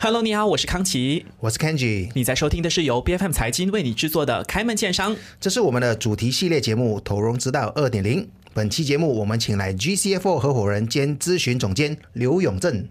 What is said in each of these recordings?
Hello， 你好，我是康琪， 我是 Kenji， 你在收听的是由 BFM 财经为你制作的开门见商， 这是我们的主题系列节目投融资道 2.0。 本期节目我们请来 GCFO 合伙人兼咨询总监刘永正。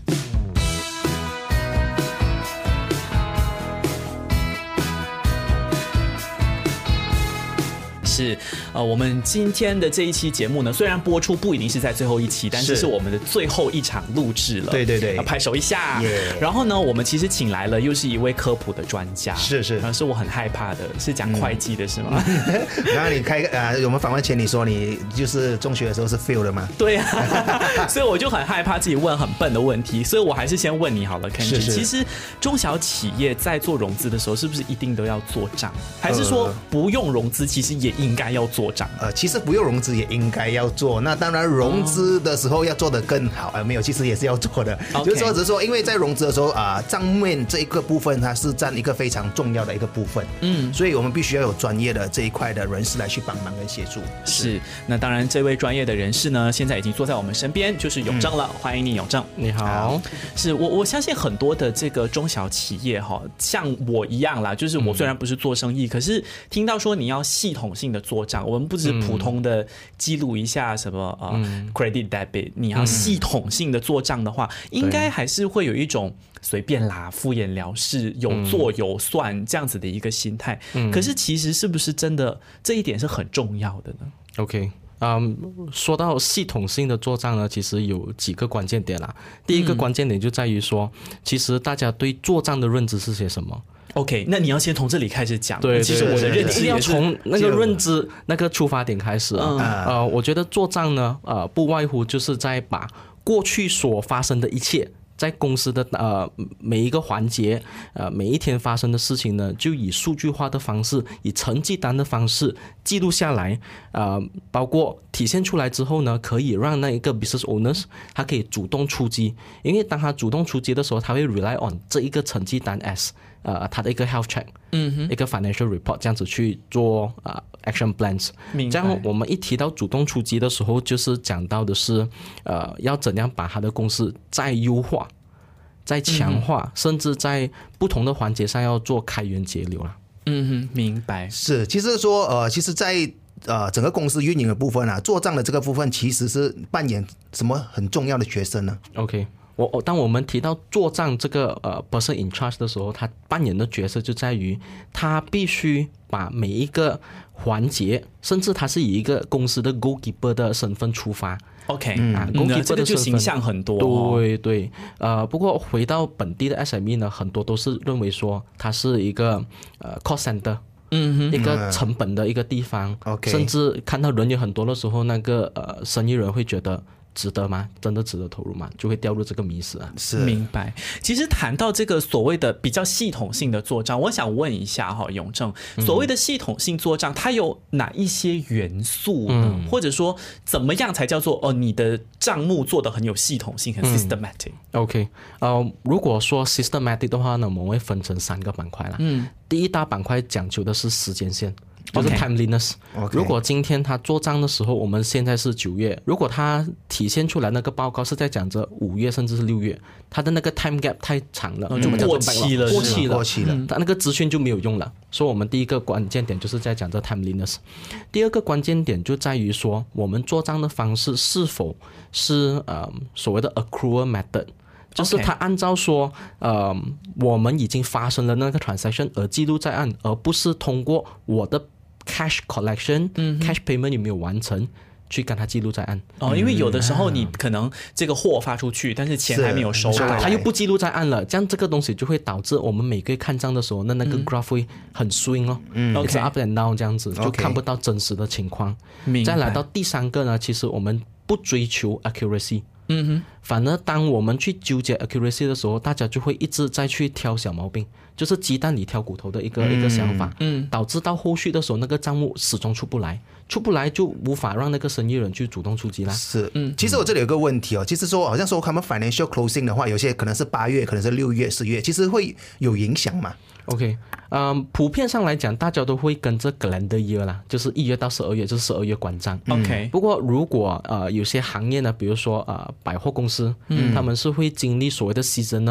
是我们今天的这一期节目呢，虽然播出不一定是在最后一期，但是是我们的最后一场录制了。 对对对， 拍手一下。然后呢，我们其实请来了又是一位科普的专家， 是， 是我很害怕的，是讲会计的是吗？ 然后你我们访问前你说你就是中学的时候是 fail 的吗？ 对啊，所以我就很害怕自己问很笨的问题，所以我还是先问你好了 Kenji。其实中小企业在做融资的时候，是不是一定都要做账，还是说不用融资其实也应该要做账？ 其实不用融资也应该要做，那当然融资的时候要做得更好。没有，其实也是要做的。就是说，只是说，因为在融资的时候账面这一个部分它是占一个非常重要的一个部分，所以我们必须要有专业的这一块的人士来去帮忙跟协助。 是，那当然这位专业的人士呢，现在已经坐在我们身边，就是永正了。欢迎你，永正。 你好。 是我相信很多的这个中小企业像我一样啦，就是我虽然不是做生意，可是听到说你要系统性的做账，我们不只是普通的记录一下什么credit debit， 你要系统性的做账的话，应该还是会有一种随便啦、敷衍了事、有做有算这样子的一个心态。可是其实是不是真的这一点是很重要的呢 ？OK。说到系统性的做账呢，其实有几个关键点啦。第一个关键点就在于说，其实大家对做账的认知是些什么 ？OK， 那你要先从这里开始讲。 对， 其实我的认知要从那个认知那个出发点开始。我觉得做账呢，不外乎就是在把过去所发生的一切，在公司的每一个环节，每一天发生的事情呢，就以数据化的方式，以成绩单的方式记录下来，包括体现出来之后呢，可以让那一个 business owners 他可以主动出击，因为当他主动出击的时候，他会 rely on 这一个成绩单 as他的一个 health check，一个 financial report 这样子去做action plans。这样我们一提到主动出击的时候，就是讲到的是要怎样把他的公司再优化、再强化，甚至在不同的环节上要做开源节流啦。 明白。 是，其实说其实在整个公司运营的部分做账的这个部分其实是扮演什么很重要的角色呢？ OK，当我们提到做账这个person in charge 的时候，他扮演的角色就在于他必须把每一个环节，甚至他是以一个公司的 goalkeeper 的身份出发。 OK， 这个就形象很多。 对，不过回到本地的 SME 呢，很多都是认为说它是一个cost center。一个成本的一个地方，甚至看到人也很多的时候，那个生意人会觉得值得吗？真的值得投入吗？就会掉入这个迷思啊。 是， 明白。其实谈到这个所谓的比较系统性的做账，我想问一下永正，所谓的系统性做账，它有哪一些元素呢？或者说怎么样才叫做你的账目做得很有系统性，很 systematic？OK， 如果说 systematic 的话呢，我们会分成3个板块啦。第一大板块讲究的是时间线。就是 timeliness。如果今天他做账的时候，我们现在是9月，如果他体现出来那个报告是在讲着5月甚至是6月，他的那个 time gap 太长了， 就过期了， 他那个资讯就没有用了。所以我们第一个关键点就是在讲这 timeliness。第二个关键点就在于说，我们做账的方式是否是所谓的 accrual method。就是他按照说我们已经发生了那个 transaction 而记录在案，而不是通过我的 cash collection、cash payment 有没有完成去跟他记录在案。 因为有的时候你可能这个货发出去，但是钱还没有收到， 他又不记录在案了，这样这个东西就会导致我们每个月看账的时候，那个 graph 会很 swing 一直 up and down 这样子，就看不到真实的情况。再来到第3个呢，其实我们不追求 accuracy。反而当我们去纠结 accuracy 的时候，大家就会一直在去挑小毛病，就是鸡蛋里挑骨头的一个想法，导致到后续的时候那个账目始终出不来就无法让那个生意人去主动出击啦。 是，其实我这里有个问题其实说好像说他们 financial closing 的话，有些可能是8月，可能是6月、4月，其实会有影响吗？ OK， 普遍上来讲，大家都会跟着 calendar year 啦，就是1月到12月，就是12月关账。 OK， 不过如果有些行业呢，比如说百货公司，他们是会经历所谓的 seasonal 的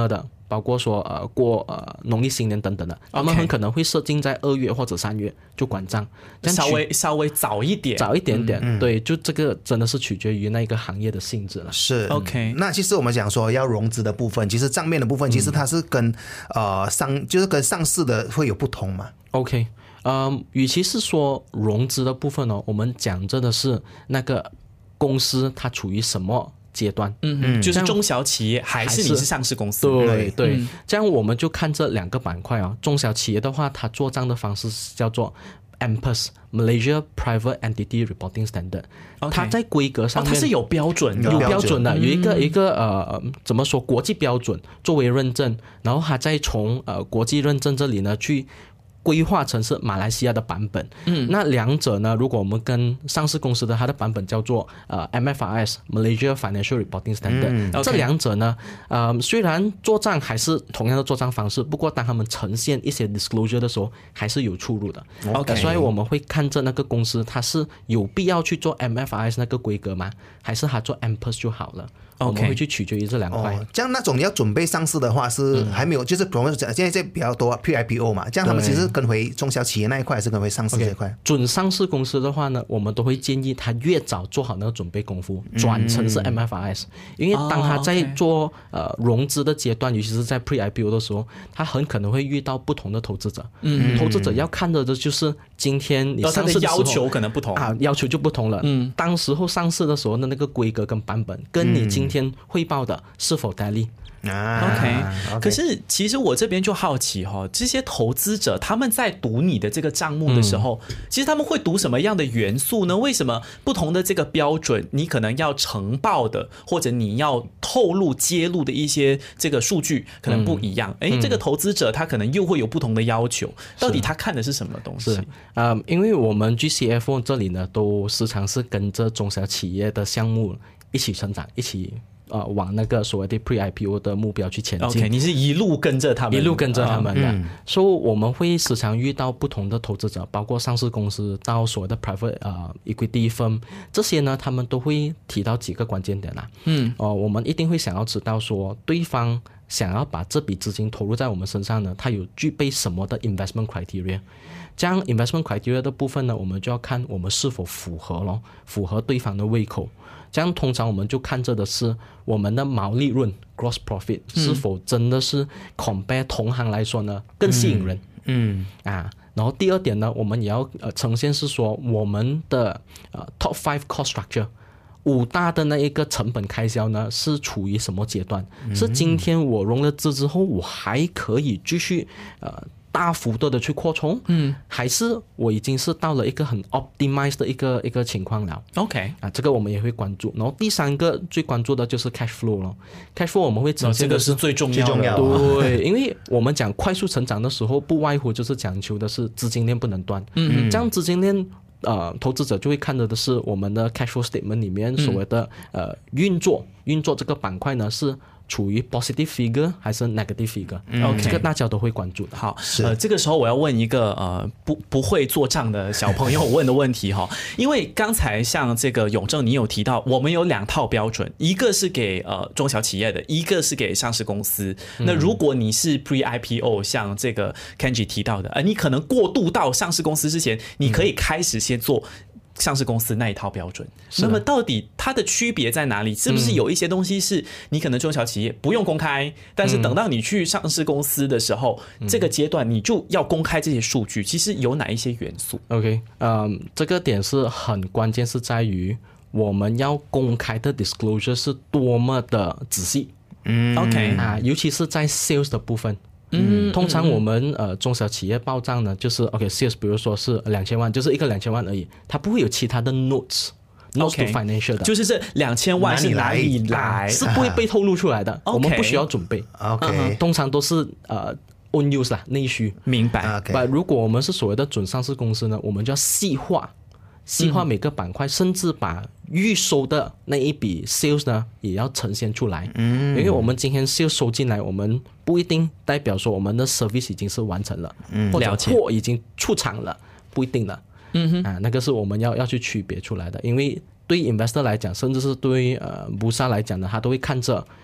包括说过农历新年等等的，他们很可能会设定在2月或者3月就关账， 稍微早一点， 对，就这个真的是取决于那个行业的性质了。 是 OK。 那其实我们讲说要融资的部分，其实账面的部分，其实它是跟就是跟上市的会有不同嘛。 OK。与其是说融资的部分呢，我们讲真的是那个公司它处于什么阶段， 就是中小企业还是你是上市公司？ 对，这样我们就看这2个板块啊。中小企业的话，它做账的方式叫做 MPS Malaysia Private Entity Reporting Standard， 它在规格上面它是有标准的， 有标准的，有一个怎么说国际标准作为认证，然后它再从国际认证这里呢去规划成是马来西亚的版本。那两者呢，如果我们跟上市公司的它的版本叫做MFRS Malaysia Financial Reporting Standard，这两者呢虽然做账还是同样的做账方式，不过当他们呈现一些 disclosure 的时候还是有出入的。所以我们会看着那个公司它是有必要去做 MFRS 那个规格吗？还是它做 MPS 就好了？我们会去取决于这2块。 这样那种你要准备上市的话是还没有，就是比如讲现在比较多 Pre-IPO 嘛，这样他们其实跟回中小企业那一块，还是跟回上市这一块。 准上市公司的话呢，我们都会建议他越早做好那个准备功夫，转成是 MFRS，因为当他在做融资的阶段，尤其是在 Pre-IPO 的时候，他很可能会遇到不同的投资者。投资者要看的就是今天你上市的时候要求可能不同要求就不同了。当时候上市的时候的那个规格跟版本，跟你今天汇报的是否 tally。 OK， 可是其实我这边就好奇这些投资者他们在读你的这个账目的时候，其实他们会读什么样的元素呢？为什么不同的这个标准，你可能要呈报的或者你要透露揭露的一些这个数据可能不一样？这个投资者他可能又会有不同的要求，到底他看的是什么东西？ 因为我们 GCFO 这里呢，都时常是跟着中小企业的项目一起成长，一起往那个所谓的 Pre-IPO 的目标去前进。 OK， 你是一路跟着他们的，所以我们会时常遇到不同的投资者，包括上市公司到所谓的 Private Equity Firm， 这些呢，他们都会提到几个关键点啦。我们一定会想要知道说，对方想要把这笔资金投入在我们身上呢，他有具备什么的 investment criteria。这样 investment criteria 的部分呢，我们就要看我们是否符合对方的胃口。这样通常我们就看着的是我们的毛利润 gross profit 是否真的是 compare 同行来说呢更吸引人。然后第二点呢，我们也要呈现是说我们的top 5 cost structure。5大的那一个成本开销呢，是处于什么阶段？是今天我融了资之后，我还可以继续大幅度的去扩充，还是我已经是到了一个很 optimized 的一个情况了。 OK， 这个我们也会关注。然后第3个最关注的就是 cash flow 咯。cash flow 我们会呈现的是最重要的， 对，因为我们讲快速成长的时候，不外乎就是讲求的是资金链不能断。这样资金链投资者就会看到的是我们的 cash flow statement 里面所谓的运作这个板块呢是处于 positive figure 还是 negative figure， 这个大家都会关注的。 好，这个时候我要问一个不会做账的小朋友问的问题因为刚才像这个永正你有提到，我们有2套标准，一个是给中小企业的，一个是给上市公司。那如果你是 pre-IPO， 像这个 Kenji 提到的，你可能过渡到上市公司之前，你可以开始先做上市公司那一套标准。那么到底它的区别在哪里？是不是有一些东西是你可能中小企业不用公开，但是等到你去上市公司的时候，这个阶段你就要公开这些数据？其实有哪一些元素 ？OK， 这个点是很关键，是在于我们要公开的 disclosure 是多么的仔细。 OK， 尤其是在 sales 的部分。通常我们中小企业报账呢，就是 sales 比如说是2000万，就是一个2000万而已，它不会有其他的 notes to financial 的， 就是这2000万是哪里来， 是不会被透露出来的。我们不需要准备。通常都是own use 啦，内需。 明白。 如果我们是所谓的准上市公司呢，我们就要细化每个板块，甚至把预收的那一笔 sales 呢也要呈现出来。因为我们今天 sales 收进来，我们不一定代表说我们的 service 已经是完成了，或者货已经出厂了，不一定的。那个是我们要去区别出来的。因为对 investor 来讲，甚至是对Bursa 来讲呢，他都会看着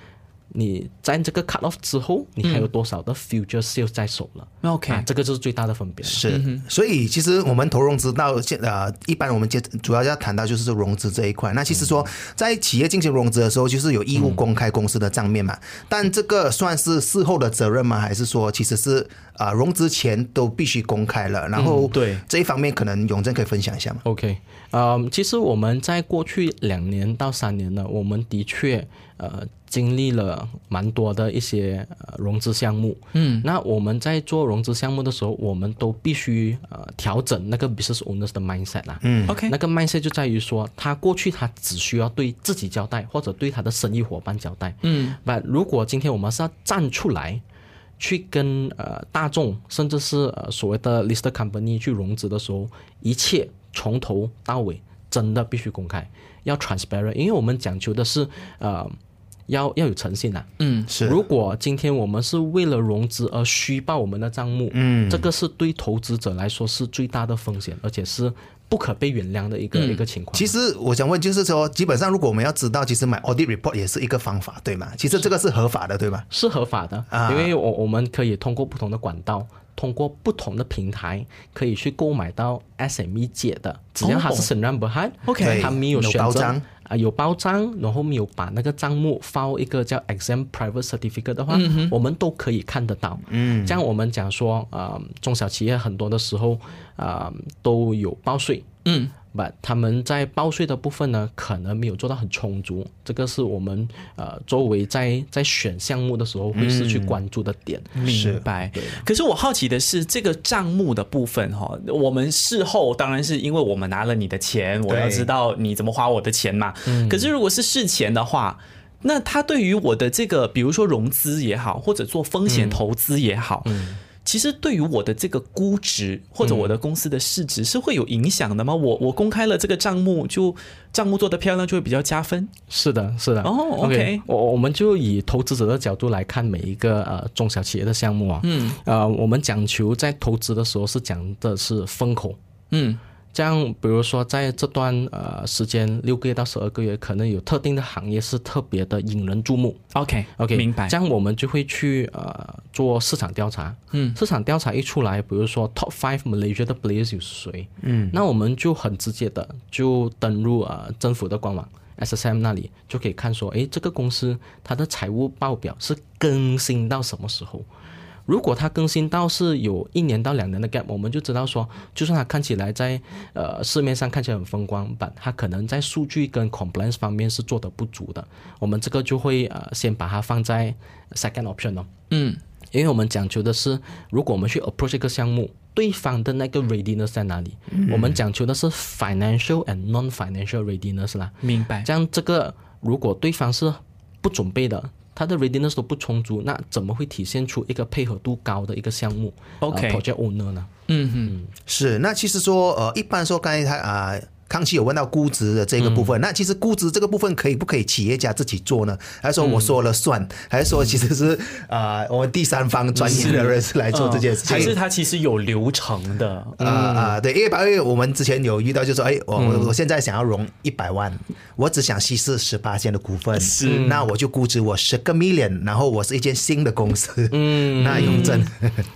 你在这个 cut off 之后，你还有多少的 future sales 在手了 ？OK， 这个就是最大的分别了。 是，所以其实我们投融资到一般我们主要要谈到就是融资这一块。那其实说在企业进行融资的时候，就是有义务公开公司的账面嘛。但这个算是事后的责任吗？还是说其实是融资前都必须公开了？然后对这一方面，可能永正可以分享一下吗 ？OK，其实我们在过去2年到3年呢，我们的确经历了蛮多的一些融资项目。那我们在做融资项目的时候，我们都必须调整那个 business owners 的 mindset 啦。 OK， 那个 mindset 就在于说，他过去他只需要对自己交代，或者对他的生意伙伴交代。但如果今天我们是要站出来，去跟大众甚至是所谓的 listed company 去融资的时候，一切从头到尾真的必须公开，要 transparent， 因为我们讲求的是要有诚信啊。 是。 如果今天我们是为了融资而虚报我们的账目，这个是对投资者来说是最大的风险，而且是不可被原谅的一个情况。 其实我想问，就是说，基本上如果我们要知道，其实买 audit report 也是一个方法，对吗？其实这个是合法的，对吗？ 是合法的，因为我们可以通过不同的管道，通过不同的平台，可以去购买到 SME 界的，只要它是审认不害 ，OK， 它没有选择有包装有包装，然后没有把那个账目放一个叫 exam private certificate 的话，我们都可以看得到。这样我们讲说，中小企业很多的时候都有报税。他们在报税的部分呢，可能没有做到很充足，这个是我们作为在选项目的时候会是去关注的点。 明白。可是我好奇的是，这个账目的部分哈，我们事后当然是因为我们拿了你的钱，我要知道你怎么花我的钱嘛。可是如果是事前的话，那它对于我的这个，比如说融资也好，或者做风险投资也好。其实对于我的这个估值或者我的公司的市值是会有影响的吗？我公开了这个账目，就账目做得漂亮就会比较加分。 是的，是的。OK， 我们就以投资者的角度来看每一个中小企业的项目啊。我们讲求在投资的时候是讲的是风口。这样，比如说在这段时间6个月到12个月，可能有特定的行业是特别的引人注目。 OK， 明白。 这样我们就会去做市场调查。市场调查一出来，比如说 Top 5 Malaysia 的 players 有谁？那我们就很直接的就登入政府的官网 SSM 那里，就可以看说，这个公司它的财务报表是更新到什么时候。如果它更新到是有1年到2年的 gap， 我们就知道说，就算它看起来在市面上看起来很风光，但它可能在数据跟 compliance 方面是做得不足的。我们这个就会先把它放在 second option 哦。因为我们讲求的是，如果我们去 approach 一个项目，对方的那个 readiness 在哪里？我们讲求的是 financial and non-financial readiness 啦。 明白。 这样这个如果对方是不准备的，他的 readiness 都不充足，那怎么会体现出一个配合度高的一个项目 project owner 呢？ 是。那其实说一般说刚才康熙有问到估值的这个部分，那其实估值这个部分不可以企业家自己做呢？还是说我说了算？还是说其实是我们第三方专业的人士来做这件事情？ 还是它其实有流程的？ 对，因为我们之前有遇到，就说我现在想要融100万，我只想稀释18%的股份，那我就估值我10个 million， 然后我是一间新的公司，那永正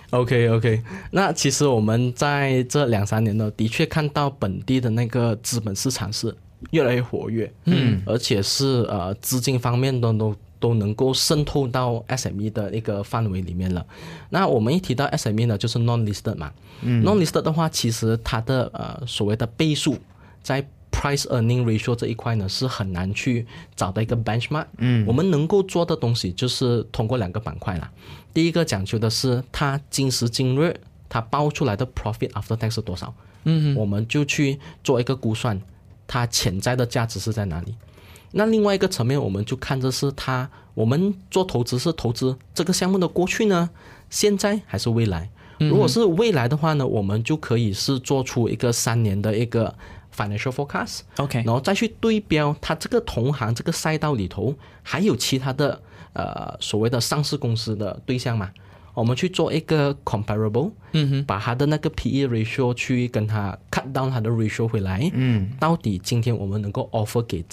OK， 那其实我们在这2-3年呢，的确看到本地的那个资本市场是越来越活跃，而且是资金方面都能够渗透到 SME 的一个范围里面了。那我们一提到 SME 呢，就是 non-listed 嘛，non-listed 的话，其实它的所谓的倍数在 price earning ratio 这一块呢，是很难去找到一个 benchmark。我们能够做的东西就是通过2个板块啦。第一个讲究的是它今时今日它报出来的 profit after tax 是多少，我们就去做一个估算，它潜在的价值是在哪里。那另外一个层面，我们就看着是我们做投资是投资这个项目的过去呢、现在还是未来。如果是未来的话呢，我们就可以是做出一个3年的一个 financial forecast， OK， 然后再去对标它这个同行这个赛道里头还有其他的所谓的上市公司的对象嘛，我们去做一个 comparable，把它的那个 PE ratio 去跟它 cut down 它的 ratio 回来，到底今天我们能够 offer 给这个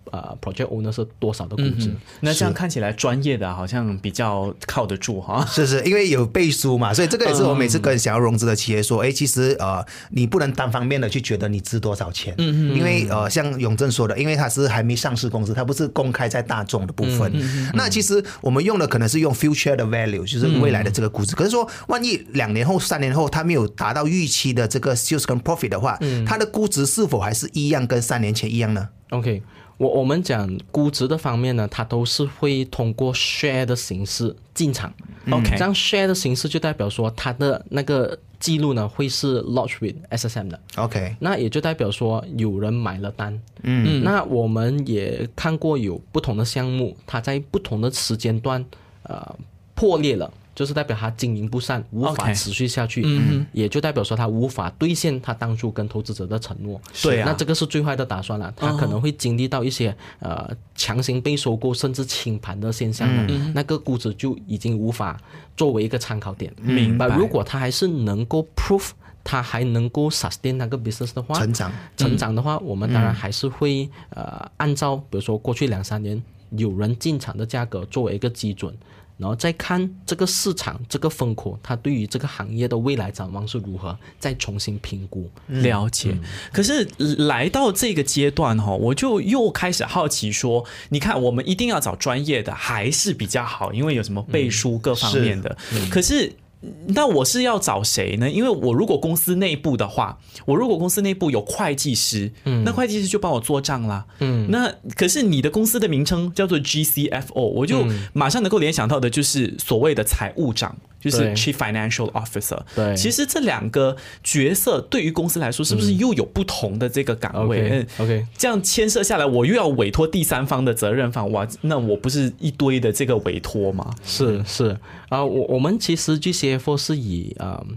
project owner 是多少的估值。 那这样看起来专业的好像比较靠得住哈。 是，因为有背书嘛，所以这个也是我每次跟想要融资的企业说，其实你不能单方面的去觉得你值多少钱，因为像永正说的，因为它是还没上市公司，它不是公开在大众的部分。那其实我们用的可能是用 future 的 value， 就是未来的这个估值。可是说，万一2年后、3年后它没有达到预期的这个 sales 跟 profit 的话，它的估值是否还是一样跟3年前一样呢 ？OK。我们讲估值的方面呢，它都是会通过 share 的形式进场。 OK， 这样 share 的形式就代表说它的那个记录呢会是 lodge with SSM 的。 OK， 那也就代表说有人买了单。那我们也看过有不同的项目，它在不同的时间段破裂了。就是代表他经营不善，无法持续下去，也就代表说他无法兑现他当初跟投资者的承诺。 对啊， 那这个是最坏的打算了，他可能会经历到一些强行被收购甚至清盘的现象了，那个估值就已经无法作为一个参考点。 明白。 如果他还是能够 prove 他还能够 sustain 那个 business 的话，成长的话，我们当然还是会按照比如说过去2-3年有人进场的价格作为一个基准。然后再看这个市场这个风口，它对于这个行业的未来展望是如何，再重新评估。 了解。可是来到这个阶段我就又开始好奇说，你看我们一定要找专业的还是比较好，因为有什么背书各方面的。可是那我是要找谁呢？因为我如果公司内部的话，我如果公司内部有会计师，那会计师就帮我做账啦。那可是你的公司的名称叫做 GCFO， 我就马上能够联想到的就是所谓的财务长，就是 Chief Financial Officer。 对， 其实这2个角色对于公司来说，是不是又有不同的这个岗位 ？OK， 这样牵涉下来，我又要委托第三方的责任方，哇，那我不是一堆的这个委托吗？ 是我们其实 GCFO 是以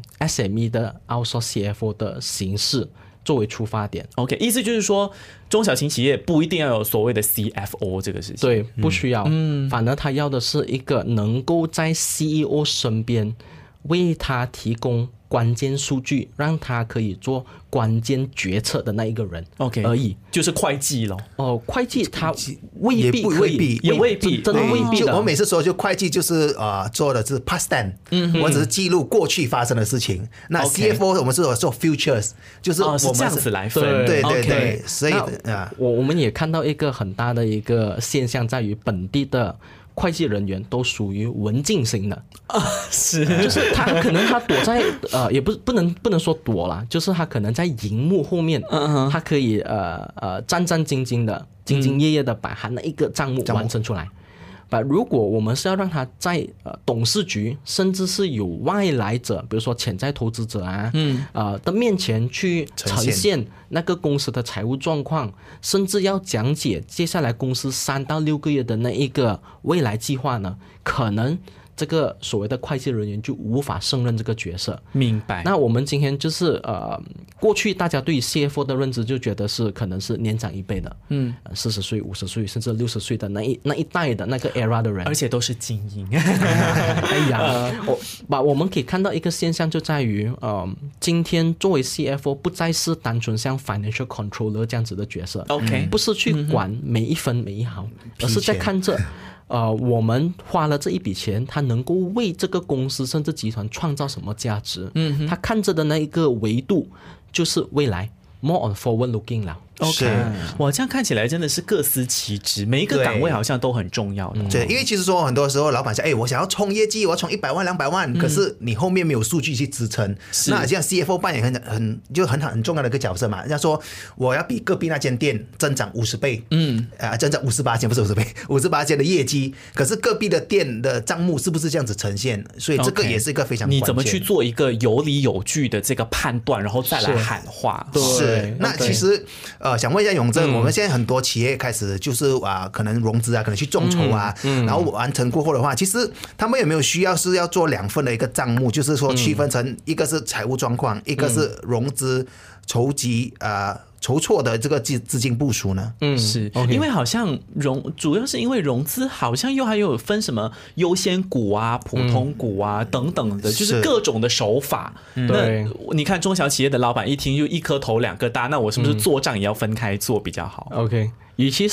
SME 的 outsource CFO 的形式作为出发点。 OK， 意思就是说中小型企业不一定要有所谓的 CFO 这个事情。 对，不需要。反而他要的是一个能够在 CEO 身边为他提供关键数据，让他可以做关键决策的那一个人 OK 而已。 就是会计咯。 会计他未必也未必真的未必的。 我每次说就会计就是做的是 past tense，我只是记录过去发生的事情。那 CFO 我们是做 futures， 就是我们是这样子来分。 对，所以我们也看到一个很大的一个现象，在于本地的会计人员都属于文静型的是， 就是他可能他躲在也不能说躲啦，就是他可能在荧幕后面，他可以战战兢兢的、兢兢业业的把他那一个账目完成出来。如果我们是要让他在董事局，甚至是有外来者，比如说潜在投资者的面前去呈现那个公司的财务状况，甚至要讲解接下来公司3到6个月的那一个未来计划呢，可能这个所谓的会计人员就无法胜任这个角色。 明白。 那我们今天就是过去大家对于 CFO 的认知就觉得是可能是年长1辈的，40岁、50岁甚至60岁的那一代的那个 era 的人， 而且都是精英。 哎呀，我们可以看到一个现象，就在于今天作为 CFO 不再是单纯像 financial controller 这样子的角色。 OK， 不是去管每一分每一毫，而是在看着我们花了这一笔钱，他能够为这个公司甚至集团创造什么价值。他看着的那一个维度就是未来 more on forward looking 了。 OK， 哇，这样看起来真的是各司其职，每一个岗位好像都很重要的。 对，因为其实说很多时候老板想，我想要冲业绩，我要冲100万、200万，可是你后面没有数据去支撑。那像 CFO 扮演很重要的一个角色嘛。人家说我要比隔壁那间店增长50倍，增长58%，不是50倍，58%的业绩，可是隔壁的店的账目是不是这样子呈现？所以这个也是一个非常关键。 你怎么去做一个有理有据的这个判断，然后再来喊话？ 是。那其实想问一下永正，我们现在很多企业开始就是可能融资可能去众筹然后完成过后的话，其实他们有没有需要是要做2份的一个账目，就是说区分成一个是财务状况，一个是融资筹集筹措的这个资金部署呢？ 是因为好像主要是因为融资好像又还有分什么优先股普通股等等的，就是各种的手法。那你看中小企业的老板一听就一颗头2个大，那我是不是做账也要分开做比较好？ OK， 与其是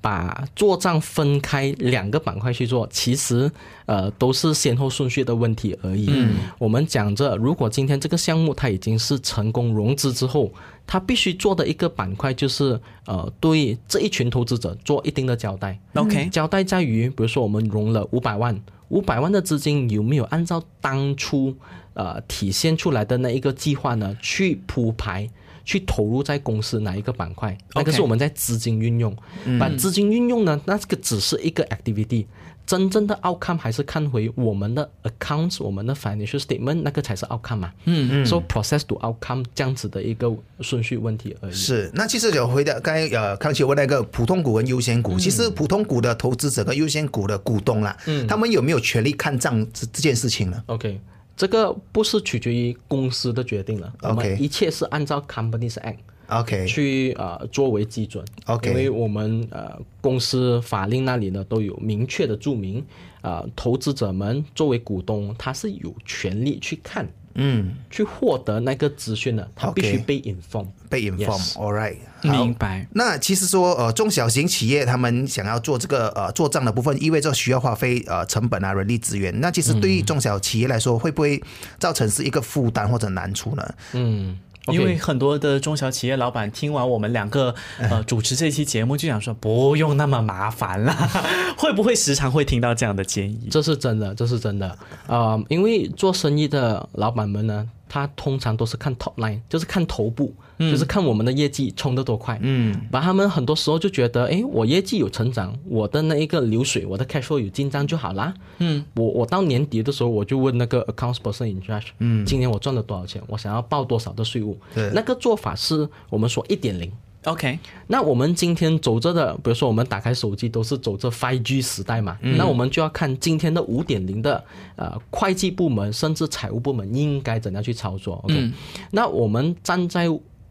把做账分开2个板块去做，其实都是先后顺序的问题而已。我们讲着，如果今天这个项目它已经是成功融资之后，它必须做的一个板块就是对这一群投资者做一定的交代。 OK， 交代在于，比如说我们融了500万的资金，有没有按照当初体现出来的那一个计划呢去铺排？去投入在公司哪一个板块，那个是我们在资金运用。把资金运用呢，那个只是一个 activity， 真正的 outcome 还是看回我们的 accounts， 我们的 financial statement， 那个才是 outcome 嘛。So process to outcome 这样子的一个顺序问题而已。 是，那其实有回到刚才康琪问那个普通股跟优先股，其实普通股的投资者跟优先股的股东啦，他们有没有权利看账这件事情呢 ？OK。这个不是取决于公司的决定了，我们一切是按照 Companies Act 去作为基准。因为我们公司法令那里呢都有明确的注明，投资者们作为股东，他是有权利去看。去获得那个资讯的，他必须被 inform。 All right， 明白。 那其实说中小型企业他们想要做这个做账的部分，意味着需要花费成本啊、人力资源。那其实对于中小企业来说，会不会造成是一个负担或者难处呢？ 因为很多的中小企业老板听完我们2个主持这期节目，就想说不用那么麻烦啦，会不会时常会听到这样的建议？ 这是真的，这是真的。因为做生意的老板们呢，他通常都是看 top line， 就是看头部，就是看我们的业绩冲得多快。把他们很多时候就觉得，我业绩有成长，我的那一个流水，我的 cash flow 有进账就好啦。我到年底的时候，我就问那个 accounts person in charge，今年我赚了多少钱，我想要报多少的税务。那个做法是我们说 1.0。 OK， 那我们今天走着的，比如说我们打开手机都是走着 5G 时代嘛，那我们就要看今天的 5.0 的会计部门甚至财务部门应该怎样去操作。OK，那我们站在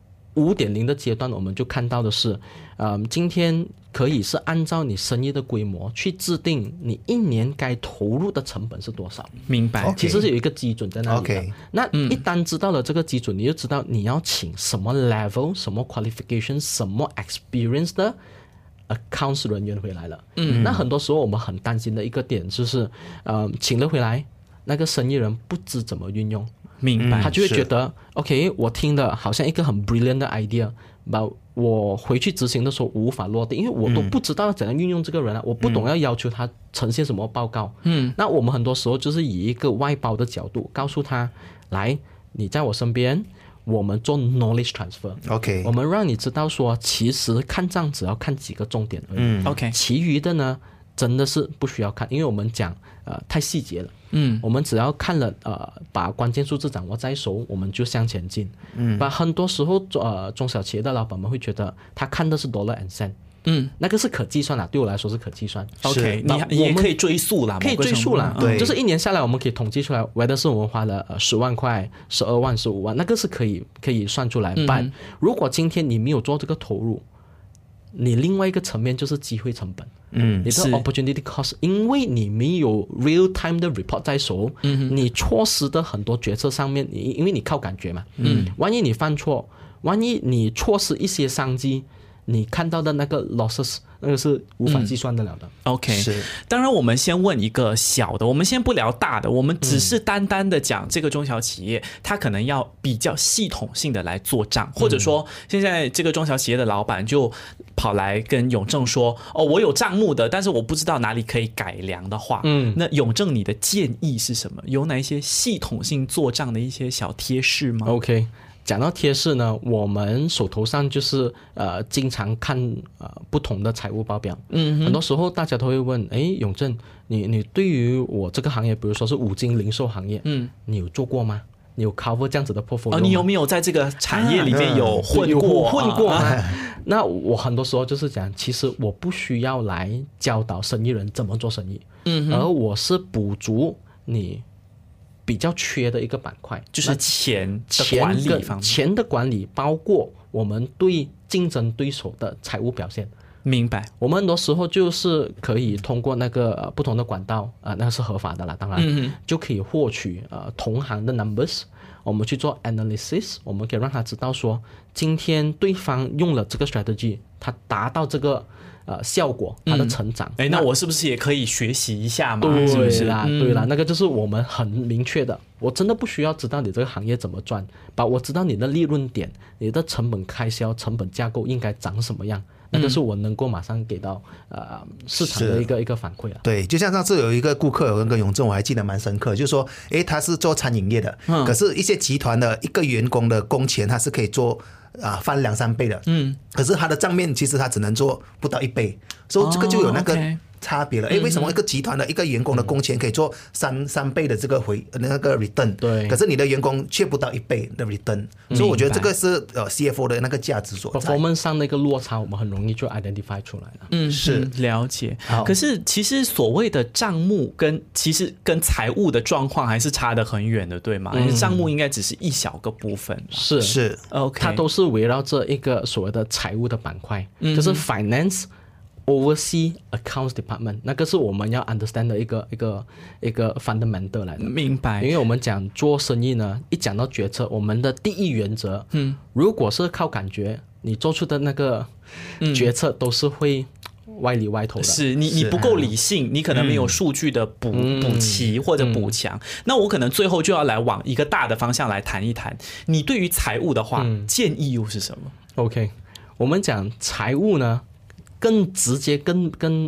5.0 的阶段，我们就看到的是，今天可以是按照你生意的规模去制定你一年该投入的成本是多少。 明白。 其实是有一个基准在那里的。那一旦知道了这个基准，你就知道你要请什么 level、什么 qualification、什么 experience 的 accounts 人员回来了。那很多时候我们很担心的一个点就是，请了回来，那个生意人不知怎么运用。 明白。 他就会觉得 OK， 我听的好像一个很 brilliant 的 idea， 我回去执行的时候无法落地，因为我都不知道怎样运用这个人啊，我不懂要求他呈现什么报告。那我们很多时候就是以一个外包的角度告诉他，来，你在我身边，我们做 knowledge transfer。我们让你知道说，其实看账只要看几个重点而已。其余的呢，真的是不需要看，因为我们讲太细节了。我们只要看了把关键数字掌握在手，我们就向前进。把很多时候中小企业的老板们会觉得他看的是 dollar and cent。那个是可计算啦，对我来说是可计算。 OK， 你也可以追溯啦， 可以追溯啦。对，就是1年下来我们可以统计出来，whether是我们花了10万块、12万、15万，那个是可以算出来。但如果今天你没有做这个投入，你另外一个层面就是机会成本。你的 opportunity cost， 因为你没有 real time 的 report 在手，你错失的很多决策上面，因为你靠感觉嘛。万一你犯错，万一你错失一些商机，你看到的那个 losses， 那个是无法计算得了的。 OK， 当然我们先问一个小的，我们先不聊大的，我们只是单单的讲这个中小企业，它可能要比较系统性的来做账，或者说现在这个中小企业的老板就跑来跟永正说，我有账目的，但是我不知道哪里可以改良的话，那永正你的建议是什么？有哪一些系统性做账的一些小贴士吗 ？OK。讲到贴士呢，我们手头上就是经常看不同的财务报表。很多时候大家都会问，永正，你对于我这个行业，比如说是五金零售行业，你有做过吗？你有 cover 这样子的 portfolio 吗？ 你有没有在这个产业里面有混过吗？ 那我很多时候就是讲，其实我不需要来教导生意人怎么做生意，而我是补足你比较缺的一个板块， 就是钱的管理方面。 钱的管理包括我们对竞争对手的财务表现。 明白。 我们很多时候就是可以通过那个不同的管道那是合法的啦，当然就可以获取同行的 numbers， 我们去做 analysis， 我们可以让他知道说，今天对方用了这个 strategy， 他达到这个效果，它的成长。 那我是不是也可以学习一下嘛？是不对是？ 啦，对啦，那个就是我们很明确的，我真的不需要知道你这个行业怎么赚，我知道你的利润点、你的成本开销、成本架构应该长什么样。那个是我能够马上给到市场的一个反馈了。 对，就像上次有一个顾客有跟永正，我还记得蛮深刻，就是说，他是做餐饮业的，可是一些集团的一个员工的工钱，他是可以做翻2-3倍的，可是他的账面其实他只能做不到1倍，所以这个就有那个差别了。为什么一个集团的一个员工的工钱可以做三倍的这个那个 return， 对， 可是你的员工却不到1倍的 return，所以我觉得这个是CFO 的那个价值所在。 performance 上的一个落差，我们很容易就 identify 出来了。 是了解。可是其实所谓的账目其实跟财务的状况还是差得很远的，对吗？账目应该只是一小个部分。 是 OK， 它都是围绕着一个所谓的财务的板块，就是 finance。Oversee accounts department， 那个是我们要 understand 的一个 fundamental 来的。 明白。 因为我们讲做生意呢，一讲到决策，我们的第一原则，如果是靠感觉，你做出的那个决策都是会歪里歪头的。 是你不够理性，你可能没有数据的补齐或者补强。那我可能最后就要来往一个大的方向来谈一谈。你对于财务的话，建议又是什么 ？OK， 我们讲财务呢。更直接跟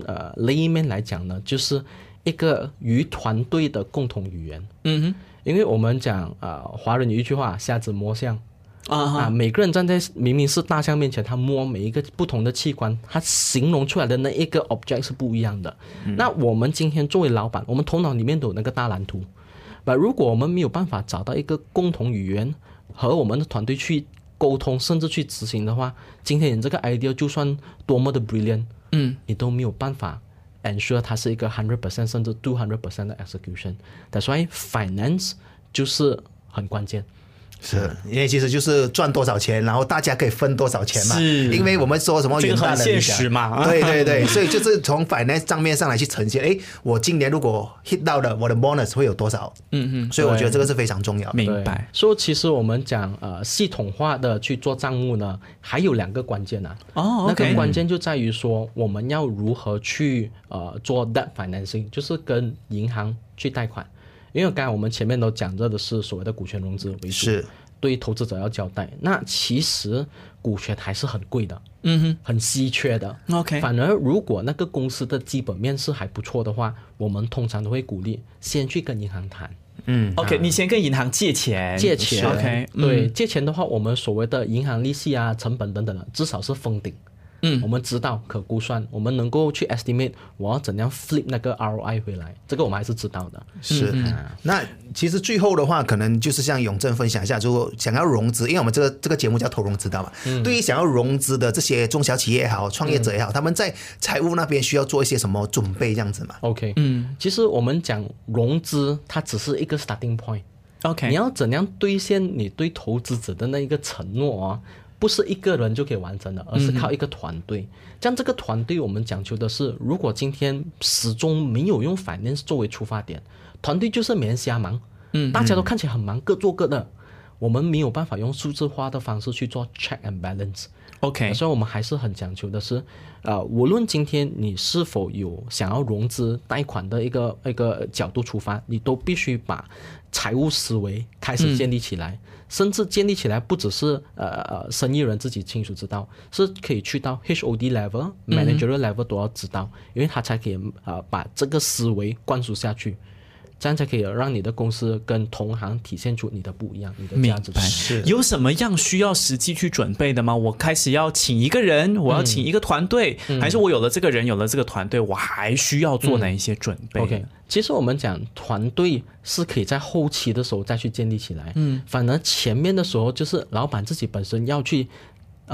layman 来讲呢，就是一个与团队的共同语言。因为我们讲华人有一句话，瞎子摸象每个人站在明明是大象面前，他摸每一个不同的器官，他形容出来的那一个 object 是不一样的。那我们今天作为老板，我们头脑里面都有那个大蓝图，如果我们没有办法找到一个共同语言和我们的团队去沟通甚至去执行的话，今天你这个 idea 就算多么的 brilliant，你都没有办法 ensure 它是一个 100% 甚至 200% 的 execution。 That's why finance 就是很关键。 是因为其实就是赚多少钱，然后大家可以分多少钱嘛。 是， 因为我们说什么远大的理想， 这个很现实嘛。 对对对，所以就是从 finance 账面上来去呈现，我今年如果 hit 到了我的 bonus 会有多少？所以我觉得这个是非常重要的。 明白。 所以其实我们讲系统化的去做账目呢，还有2个关键啊。那个关键就在于说，我们要如何去做 debt financing， 就是跟银行去贷款。因为刚才我们前面都讲着的是所谓的股权融资为主， 是对投资者要交代。那其实股权还是很贵的，很稀缺的。反而如果那个公司的基本面是还不错的话，我们通常都会鼓励先去跟银行谈。 OK， 你先跟银行借钱。 OK， 对，借钱的话，我们所谓的银行利息啊、成本等等的，至少是封顶。我们知道可估算，我们能够去 estimate 我要怎样 flip 那个 ROI 回来，这个我们还是知道的。 是，那其实最后的话，可能就是像永正分享一下，如果想要融资，因为我们这个节目叫投融资，知道吗？对于想要融资的这些中小企业也好、创业者也好，他们在财务那边需要做一些什么准备，这样子嘛 ？OK，其实我们讲融资，它只是一个 starting point。OK， 你要怎样兑现你对投资者的那一个承诺啊？不是一个人就可以完成的，而是靠一个团队。这样这个团队我们讲究的是，如果今天始终没有用 finance 作为出发点，团队就是每人瞎忙，大家都看起来很忙，各做各的，我们没有办法用数字化的方式去做 check and balance。OK， 所以我们还是很讲究的是，无论今天你是否有想要融资贷款的一个角度出发，你都必须把财务思维开始建立起来。甚至建立起来不只是生意人自己清楚知道，是可以去到 HOD level、managerial level 都要知道，因为他才可以把这个思维灌输下去，这样才可以让你的公司跟同行体现出你的不一样，你的价值。 是有什么样需要实际去准备的吗？我开始要请一个人，我要请一个团队，还是我有了这个人，有了这个团队，我还需要做哪一些准备 ？OK， 其实我们讲团队是可以在后期的时候再去建立起来，反而前面的时候就是老板自己本身要去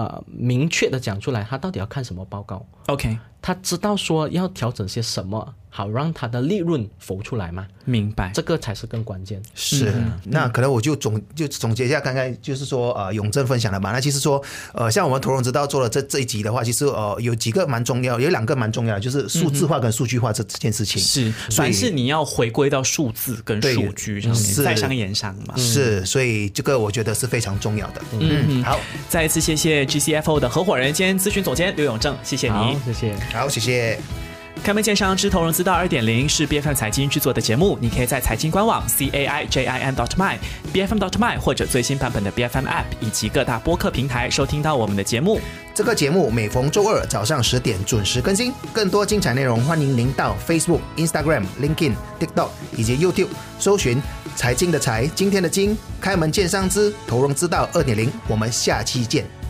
明确的讲出来，他到底要看什么报告。 OK， 他知道说要调整些什么， 好让它的利润浮出来嘛。 明白， 这个才是更关键。 是，那可能我就总结一下，刚才就是说永正分享的嘛。那其实说像我们投融资道做了这一集的话，其实有几个蛮重要，有2个蛮重要的，就是数字化跟数据化这件事情。 是，凡是你要回归到数字跟数据上面，在商言商嘛。 是，所以这个我觉得是非常重要的。好， 再一次谢谢 GCFO 的合伙人兼咨询总监刘永正，谢谢你。 谢谢。 好，谢谢。 开门见山之投融资道 2.0 是 BFM 财经制作的节目，你可以在财经官网 caijin.my、bfm.my 或者最新版本的 BFM App 以及各大播客平台收听到我们的节目。 这个节目每逢周二早上10点准时更新，更多精彩内容欢迎您到 Facebook、Instagram、LinkedIn、TikTok 以及 YouTube 搜寻财经的财，今天的经，开门见山之投融资道 2.0， 我们下期见。